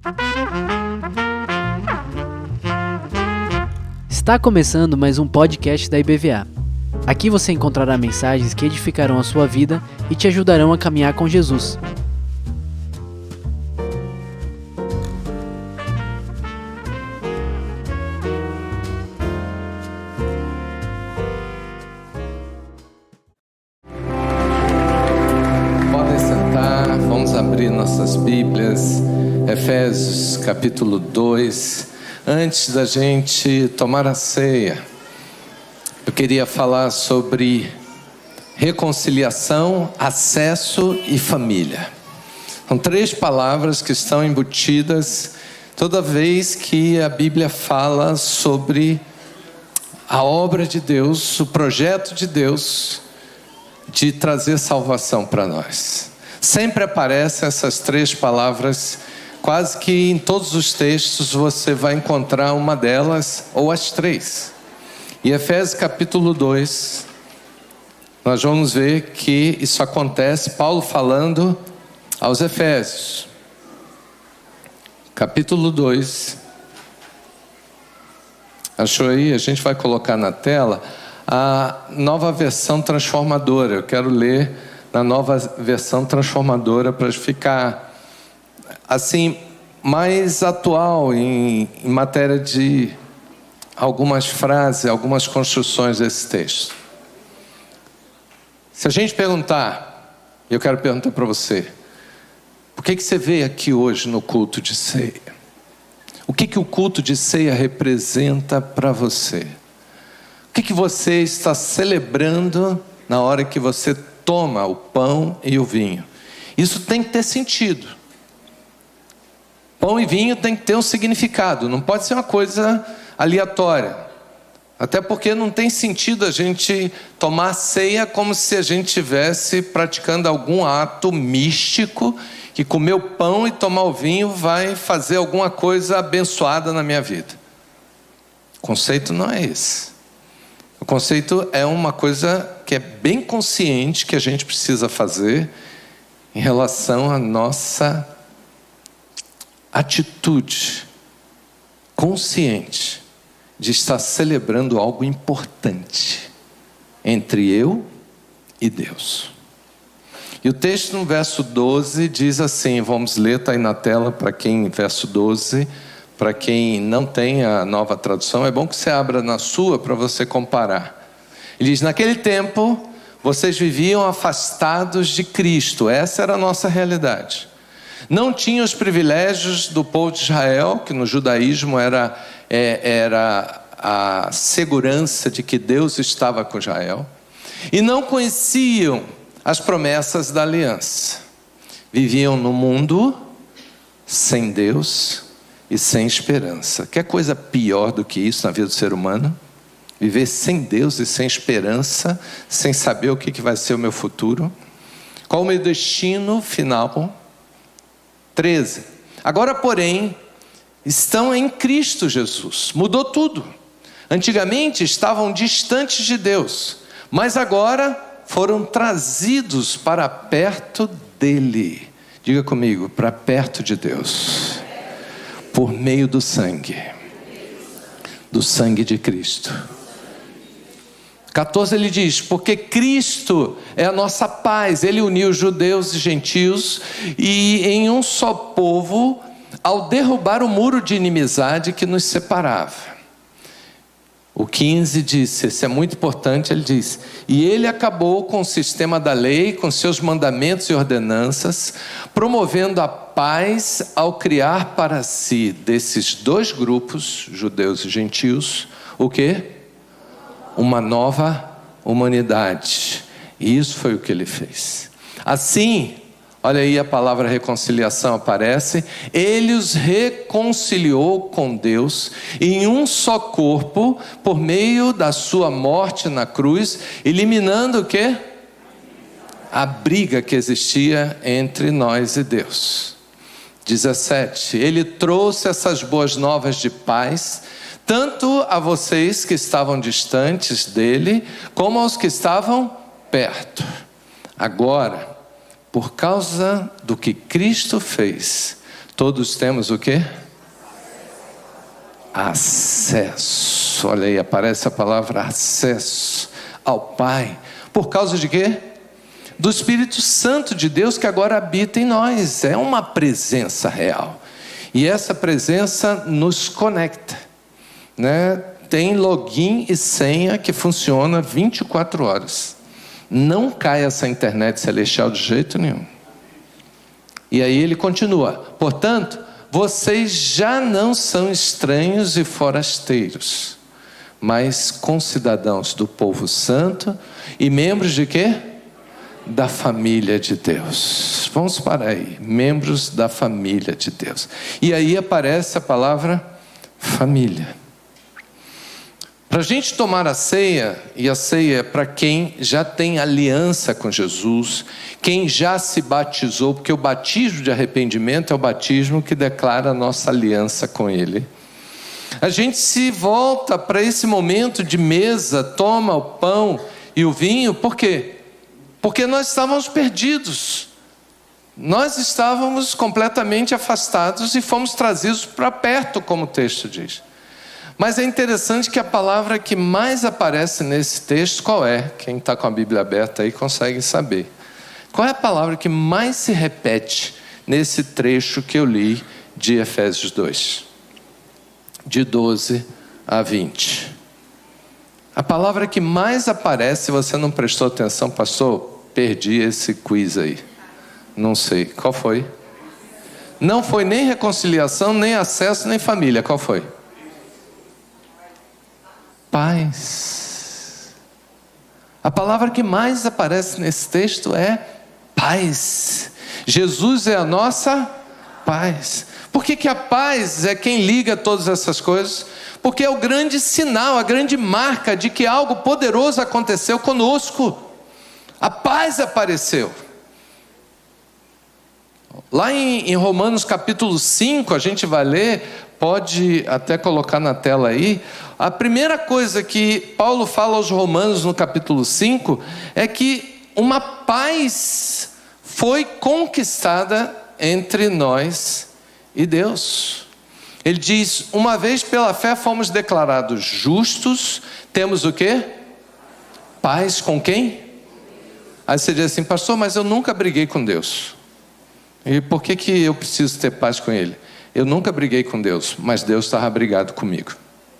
Está começando mais um podcast da IBVA. Aqui você encontrará mensagens que edificarão a sua vida e te ajudarão a caminhar com Jesus. Podem sentar, vamos abrir nossas Bíblias, Efésios capítulo 2. Antes da gente tomar a ceia, eu queria falar sobre reconciliação, acesso e família. São 3 palavras que estão embutidas toda vez que a Bíblia fala sobre a obra de Deus, o projeto de Deus de trazer salvação para nós. Sempre aparecem essas 3 palavras. Quase que em todos os textos você vai encontrar uma delas ou as 3. E Efésios capítulo 2, nós vamos ver que isso acontece, Paulo falando aos Efésios. Capítulo 2. Achou aí? A gente vai colocar na tela a nova versão transformadora. Eu quero ler na nova versão transformadora para ficar assim, mais atual em matéria de algumas frases, algumas construções desse texto. Se a gente perguntar, eu quero perguntar para você, por que você veio aqui hoje no culto de ceia? O que o culto de ceia representa para você? O que você está celebrando na hora que você toma o pão e o vinho? Isso tem que ter sentido. Pão e vinho tem que ter um significado, não pode ser uma coisa aleatória. Até porque não tem sentido a gente tomar ceia como se a gente estivesse praticando algum ato místico, que comer o pão e tomar o vinho vai fazer alguma coisa abençoada na minha vida. O conceito não é esse. O conceito é uma coisa que é bem consciente que a gente precisa fazer em relação à nossa atitude consciente de estar celebrando algo importante entre eu e Deus. E o texto no verso 12 diz assim, vamos ler, está aí na tela para quem, verso 12, para quem não tem a nova tradução, é bom que você abra na sua para você comparar. Ele diz, naquele tempo vocês viviam afastados de Cristo, essa era a nossa realidade. Não tinham os privilégios do povo de Israel, que no judaísmo era a segurança de que Deus estava com Israel. E não conheciam as promessas da aliança. Viviam no mundo sem Deus e sem esperança. Quer coisa pior do que isso na vida do ser humano? Viver sem Deus e sem esperança, sem saber o que vai ser o meu futuro. Qual o meu destino final? 13. Agora, porém, estão em Cristo Jesus. Mudou tudo. Antigamente estavam distantes de Deus, mas agora foram trazidos para perto dele. Diga comigo, para perto de Deus, por meio do sangue de Cristo. 14 ele diz, porque Cristo é a nossa paz, ele uniu judeus e gentios e em um só povo, ao derrubar o muro de inimizade que nos separava. O 15 disse, isso é muito importante, ele diz, e ele acabou com o sistema da lei, com seus mandamentos e ordenanças, promovendo a paz ao criar para si, desses 2 grupos, judeus e gentios, o quê? Uma nova humanidade. E isso foi o que ele fez. Assim, olha aí a palavra reconciliação aparece. Ele os reconciliou com Deus em um só corpo, por meio da sua morte na cruz, eliminando o quê? A briga que existia entre nós e Deus. 17. Ele trouxe essas boas novas de paz, tanto a vocês que estavam distantes dele, como aos que estavam perto. Agora, por causa do que Cristo fez, Todos temos o quê? Acesso. Olha aí, aparece a palavra acesso ao Pai. Por causa de quê? Do Espírito Santo de Deus que agora habita em nós. É uma presença real. E essa presença nos conecta, né? Tem login e senha que funciona 24 horas. Não cai essa internet celestial de jeito nenhum. E aí ele continua: portanto, vocês já não são estranhos e forasteiros, mas concidadãos do povo santo e membros de quê? Da família de Deus. Vamos parar aí. Membros da família de Deus. E aí aparece a palavra família. Para a gente tomar a ceia, e a ceia é para quem já tem aliança com Jesus, quem já se batizou, porque o batismo de arrependimento é o batismo que declara a nossa aliança com Ele. A gente se volta para esse momento de mesa, toma o pão e o vinho, por quê? Porque nós estávamos perdidos, nós estávamos completamente afastados e fomos trazidos para perto, como o texto diz. Mas é interessante que a palavra que mais aparece nesse texto, qual é? Quem está com a Bíblia aberta aí consegue saber. Qual é a palavra que mais se repete nesse trecho que eu li de Efésios 2? De 12 a 20. A palavra que mais aparece, se você não prestou atenção, pastor, perdi esse quiz aí. Não sei, qual foi? Não foi nem reconciliação, nem acesso, nem família, qual foi? Paz. A palavra que mais aparece nesse texto é paz. Jesus é a nossa paz. Por que a paz é quem liga todas essas coisas? Porque é o grande sinal, a grande marca de que algo poderoso aconteceu conosco. A paz apareceu. Lá em Romanos capítulo 5, a gente vai ler, pode até colocar na tela aí, a primeira coisa que Paulo fala aos Romanos no capítulo 5 é que uma paz foi conquistada entre nós e Deus. Ele diz: uma vez pela fé fomos declarados justos, temos o quê? Paz com quem? Aí você diz assim: pastor, mas eu nunca briguei com Deus. E por que eu preciso ter paz com Ele? Eu nunca briguei com Deus, mas Deus estava brigado comigo.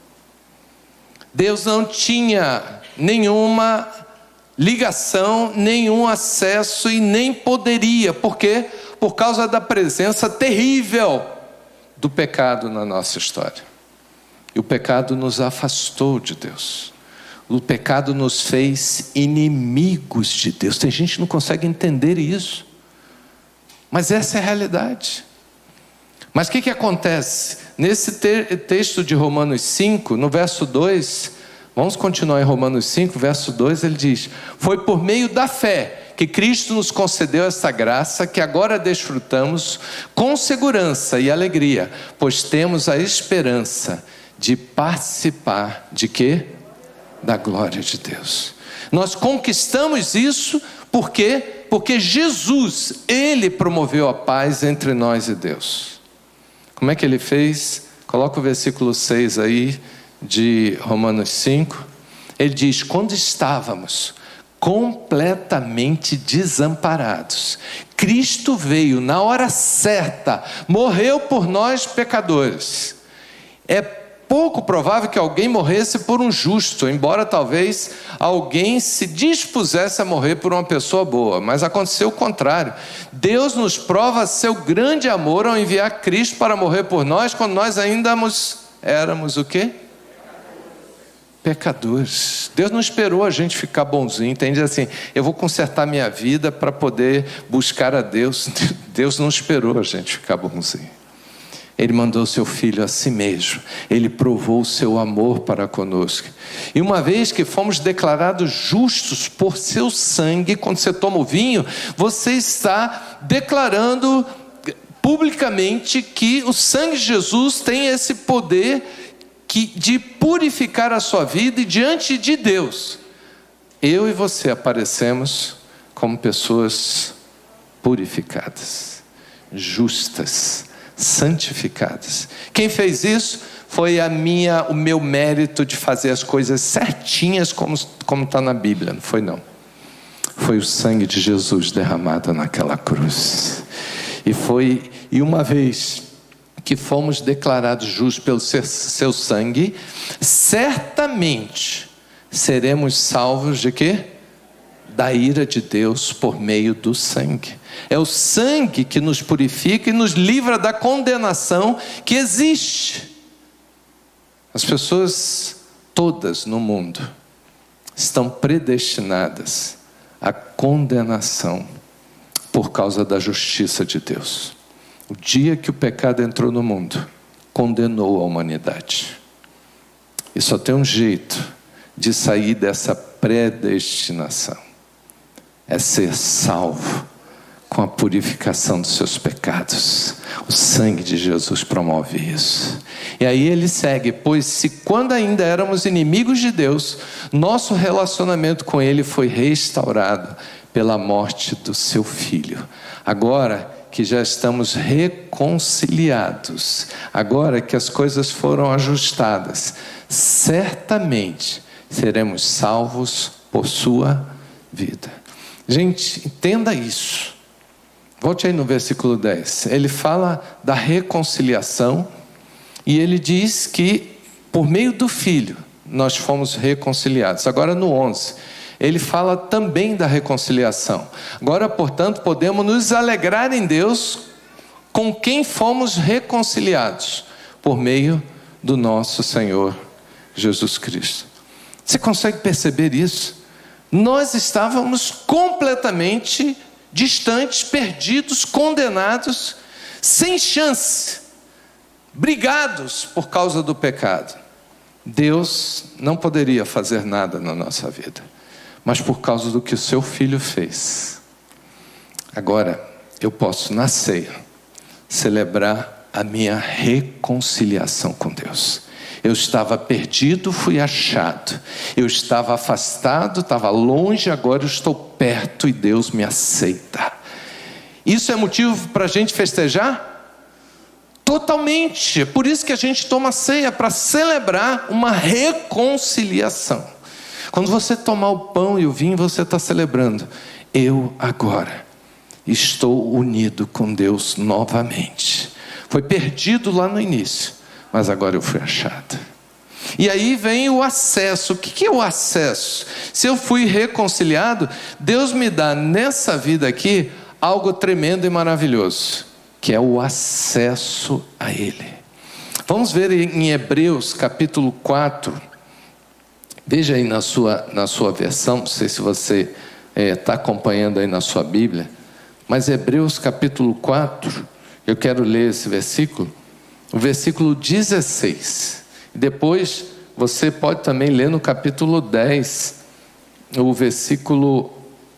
Deus não tinha nenhuma ligação, nenhum acesso e nem poderia. Por quê? Por causa da presença terrível do pecado na nossa história. E o pecado nos afastou de Deus. O pecado nos fez inimigos de Deus. Tem gente que não consegue entender isso. Mas essa é a realidade. Mas o que acontece? Nesse texto de Romanos 5, no verso 2, vamos continuar em Romanos 5, verso 2, ele diz: foi por meio da fé que Cristo nos concedeu essa graça que agora desfrutamos com segurança e alegria, pois temos a esperança de participar de quê? Da glória de Deus. Nós conquistamos isso por quê? Porque Jesus, Ele promoveu a paz entre nós e Deus. Como é que Ele fez? Coloca o versículo 6 aí de Romanos 5. Ele diz: quando estávamos completamente desamparados, Cristo veio na hora certa, morreu por nós pecadores. É pouco provável que alguém morresse por um justo, embora talvez alguém se dispusesse a morrer por uma pessoa boa, mas aconteceu o contrário. Deus nos prova seu grande amor ao enviar Cristo para morrer por nós, quando nós ainda éramos o quê? Pecadores. Deus não esperou a gente ficar bonzinho, entende? Assim, eu vou consertar minha vida para poder buscar a Deus. Deus não esperou a gente ficar bonzinho. Ele mandou seu Filho a si mesmo. Ele provou o seu amor para conosco. E uma vez que fomos declarados justos por seu sangue, quando você toma o vinho, você está declarando publicamente que o sangue de Jesus tem esse poder de purificar a sua vida, e diante de Deus, eu e você aparecemos como pessoas purificadas, justas, santificadas. Quem fez isso foi o meu mérito de fazer as coisas certinhas como está na Bíblia. Não foi não. Foi o sangue de Jesus derramado naquela cruz. E uma vez que fomos declarados justos pelo seu sangue, certamente seremos salvos de quê? Da ira de Deus por meio do sangue. É o sangue que nos purifica e nos livra da condenação que existe. As pessoas todas no mundo estão predestinadas à condenação por causa da justiça de Deus. O dia que o pecado entrou no mundo, condenou a humanidade. E só tem um jeito de sair dessa predestinação: é ser salvo com a purificação dos seus pecados. O sangue de Jesus promove isso. E aí ele segue: pois se quando ainda éramos inimigos de Deus, nosso relacionamento com Ele foi restaurado pela morte do seu Filho. Agora que já estamos reconciliados, agora que as coisas foram ajustadas, certamente seremos salvos por sua vida. Gente, entenda isso. Volte aí no versículo 10. Ele fala da reconciliação e ele diz que por meio do Filho nós fomos reconciliados. Agora no 11, ele fala também da reconciliação. Agora, portanto, podemos nos alegrar em Deus com quem fomos reconciliados por meio do nosso Senhor Jesus Cristo. Você consegue perceber isso? Nós estávamos completamente distantes, perdidos, condenados, sem chance, brigados por causa do pecado. Deus não poderia fazer nada na nossa vida, mas por causa do que o seu Filho fez, agora eu posso na ceia celebrar a minha reconciliação com Deus. Eu estava perdido, fui achado. Eu estava afastado, estava longe, agora eu estou perto e Deus me aceita. Isso é motivo para a gente festejar? Totalmente. É por isso que a gente toma ceia, para celebrar uma reconciliação. Quando você tomar o pão e o vinho, você está celebrando: eu agora estou unido com Deus novamente. Foi perdido lá no início, mas agora eu fui achado. E aí vem o acesso. O que é o acesso? Se eu fui reconciliado, Deus me dá nessa vida aqui algo tremendo e maravilhoso, que é o acesso a Ele. Vamos ver em Hebreus capítulo 4. Veja aí na sua versão, não sei se você está acompanhando aí na sua Bíblia, mas Hebreus capítulo 4, eu quero ler esse versículo, o versículo 16. Depois você pode também ler no capítulo 10, o versículo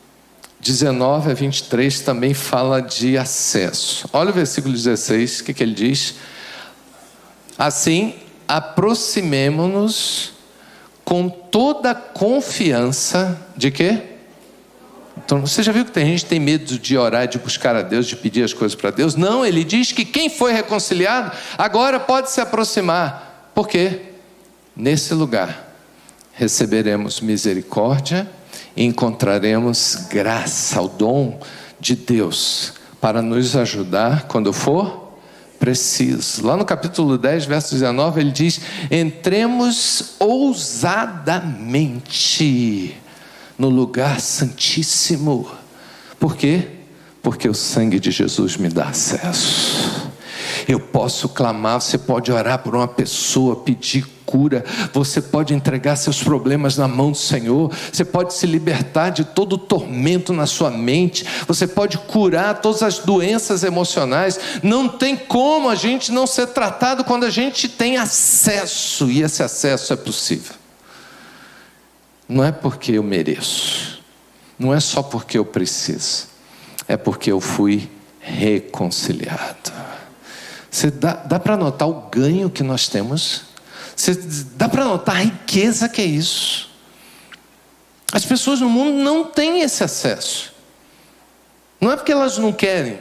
19 a 23 também fala de acesso. Olha o versículo 16, o que ele diz? Assim, aproximemo-nos com toda a confiança de quê? Então, você já viu que tem gente que tem medo de orar, de buscar a Deus, de pedir as coisas para Deus? Não, ele diz que quem foi reconciliado agora pode se aproximar. Por quê? Nesse lugar receberemos misericórdia e encontraremos graça, o dom de Deus para nos ajudar quando for preciso. Lá no capítulo 10, verso 19, ele diz: entremos ousadamente no lugar santíssimo. Por quê? Porque o sangue de Jesus me dá acesso. Eu posso clamar, você pode orar por uma pessoa, pedir cura, você pode entregar seus problemas na mão do Senhor, você pode se libertar de todo o tormento na sua mente, você pode curar todas as doenças emocionais. Não tem como a gente não ser tratado quando a gente tem acesso, e esse acesso é possível. Não é porque eu mereço, não é só porque eu preciso, é porque eu fui reconciliado. Você dá para notar o ganho que nós temos? Dá para notar a riqueza que é isso? As pessoas no mundo não têm esse acesso. Não é porque elas não querem,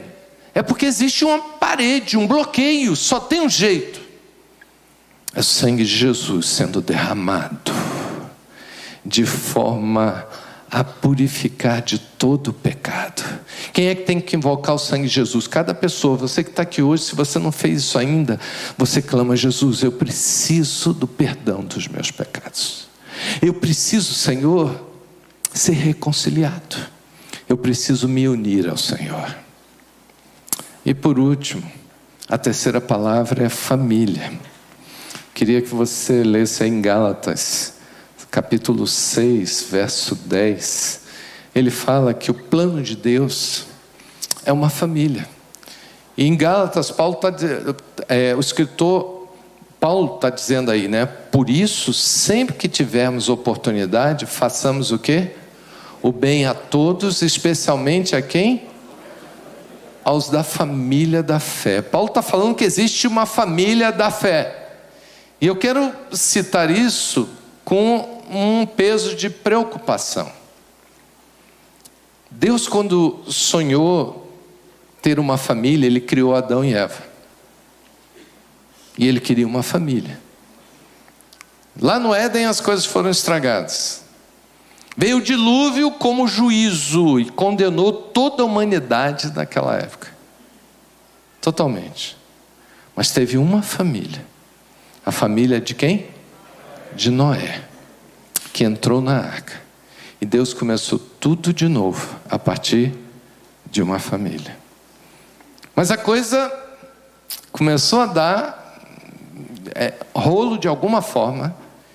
É porque existe uma parede, um bloqueio, só tem um jeito. É o sangue de Jesus sendo derramado de forma a purificar de todo o pecado. Quem é que tem que invocar o sangue de Jesus? Cada pessoa. Você que está aqui hoje, se você não fez isso ainda, você clama: Jesus, eu preciso do perdão dos meus pecados. Eu preciso, Senhor, ser reconciliado. Eu preciso me unir ao Senhor. E por último, a terceira palavra é família. Queria que você lesse aí em Gálatas, capítulo 6, verso 10. Ele fala que o plano de Deus é uma família. E em Gálatas, o escritor Paulo está dizendo aí, né? Por isso, sempre que tivermos oportunidade, façamos o quê? O bem a todos, especialmente a quem? Aos da família da fé. Paulo está falando que existe uma família da fé. E eu quero citar isso com um peso de preocupação. Deus, quando sonhou ter uma família, Ele criou Adão e Eva. E Ele queria uma família. Lá no Éden as coisas foram estragadas. Veio o dilúvio como juízo e condenou toda a humanidade naquela época. Totalmente. Mas teve uma família. A família de quem? De Noé, que entrou na arca. E Deus começou tudo de novo a partir de uma família. Mas a coisa começou a dar rolo de alguma forma.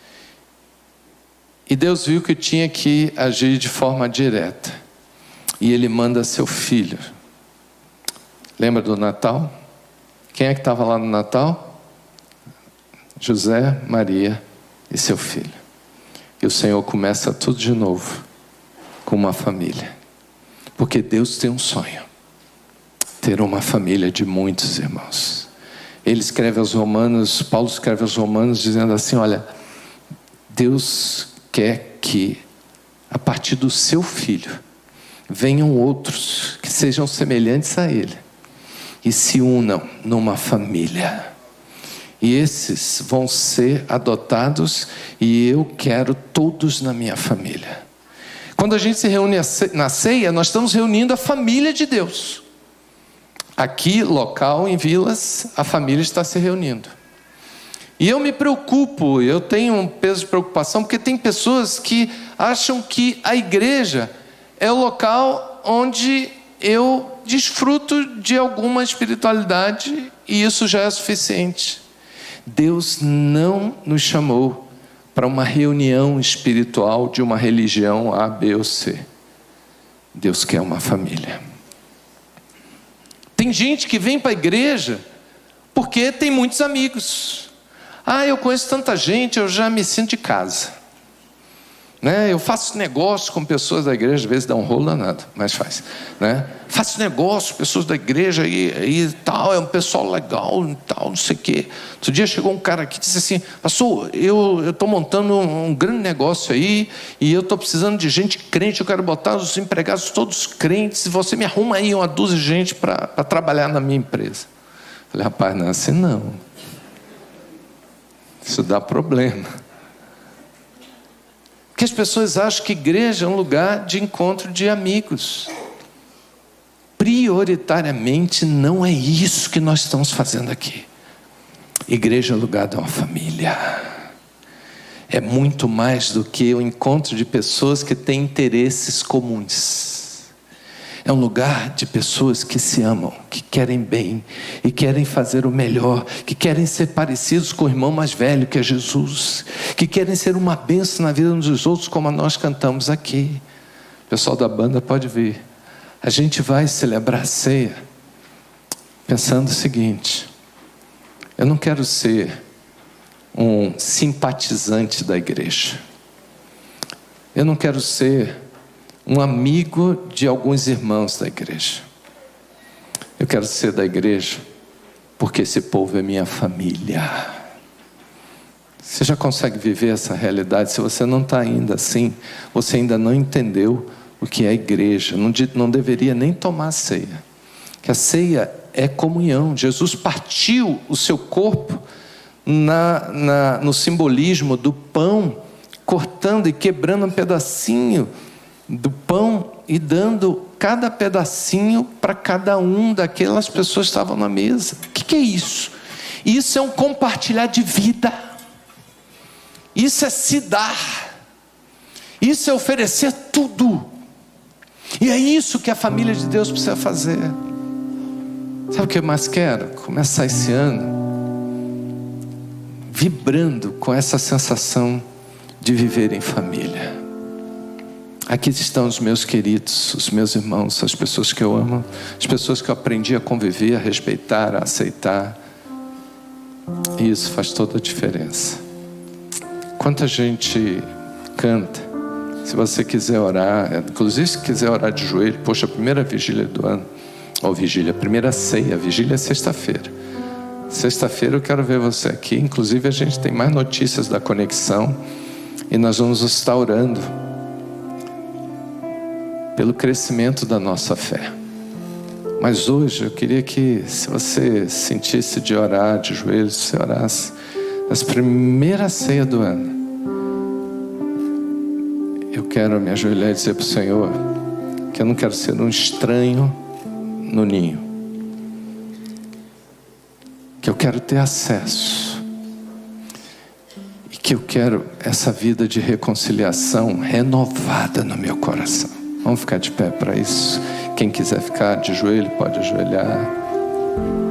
E Deus viu que tinha que agir de forma direta. E Ele manda seu filho. Lembra do Natal? Quem é que estava lá no Natal? José, Maria e seu filho. E o Senhor começa tudo de novo com uma família. Porque Deus tem um sonho. Ter uma família de muitos irmãos. Ele escreve aos Romanos, Paulo escreve aos Romanos dizendo assim: olha, Deus quer que a partir do seu filho venham outros que sejam semelhantes a ele e se unam numa família. E esses vão ser adotados e eu quero todos na minha família. Quando a gente se reúne na ceia, nós estamos reunindo a família de Deus. Aqui, local, em Vilas, a família está se reunindo. E eu me preocupo, eu tenho um peso de preocupação, porque tem pessoas que acham que a igreja é o local onde eu desfruto de alguma espiritualidade e isso já é suficiente. Deus não nos chamou para uma reunião espiritual de uma religião A, B ou C. Deus quer uma família. Tem gente que vem para a igreja porque tem muitos amigos. Eu conheço tanta gente, eu já me sinto de casa. Né? Eu faço negócio com pessoas da igreja, às vezes dá um rolo danado, mas faz. Né? Faço negócio com pessoas da igreja e tal, é um pessoal legal e tal, não sei o quê. Outro dia chegou um cara aqui e disse assim: pastor, eu estou montando um grande negócio aí e eu estou precisando de gente crente, eu quero botar os empregados todos crentes e você me arruma aí uma dúzia de gente para trabalhar na minha empresa. Eu falei: rapaz, não é assim não. Isso dá problema. Porque as pessoas acham que igreja é um lugar de encontro de amigos. Prioritariamente não é isso que nós estamos fazendo aqui. Igreja é o lugar de uma família. É muito mais do que o encontro de pessoas que têm interesses comuns. É um lugar de pessoas que se amam, que querem bem e querem fazer o melhor, que querem ser parecidos com o irmão mais velho, que é Jesus, que querem ser uma bênção na vida uns dos outros, como nós cantamos aqui. O pessoal da banda pode vir. A gente vai celebrar a ceia pensando o seguinte: eu não quero ser um simpatizante da igreja. Eu não quero ser um amigo de alguns irmãos da igreja. Eu quero ser da igreja porque esse povo é minha família. Você já consegue viver essa realidade? Se você não está ainda assim, você ainda não entendeu o que é igreja. Não deveria nem tomar ceia. que a ceia é comunhão. Jesus partiu o seu corpo no simbolismo do pão, cortando e quebrando um pedacinho do pão e dando cada pedacinho para cada um daquelas pessoas que estavam na mesa. O que é isso? Isso é um compartilhar de vida. Isso é se dar. Isso é oferecer tudo. E é isso que a família de Deus precisa fazer. Sabe o que eu mais quero? Começar esse ano vibrando com essa sensação de viver em família. Aqui estão os meus queridos, os meus irmãos, as pessoas que eu amo, as pessoas que eu aprendi a conviver, a respeitar, a aceitar. E isso faz toda a diferença. Quanta gente canta. Se você quiser orar, inclusive se quiser orar de joelho, poxa, a primeira vigília do ano, ou vigília, a primeira ceia, a vigília é sexta-feira. Sexta-feira eu quero ver você aqui. Inclusive a gente tem mais notícias da conexão e nós vamos estar orando pelo crescimento da nossa fé. Mas hoje eu queria que, se você sentisse de orar de joelhos, você orasse essa primeira ceia do ano. Eu quero me ajoelhar e dizer para o Senhor que eu não quero ser um estranho no ninho, que eu quero ter acesso e que eu quero essa vida de reconciliação renovada no meu coração. Vamos ficar de pé para isso. Quem quiser ficar de joelho pode ajoelhar.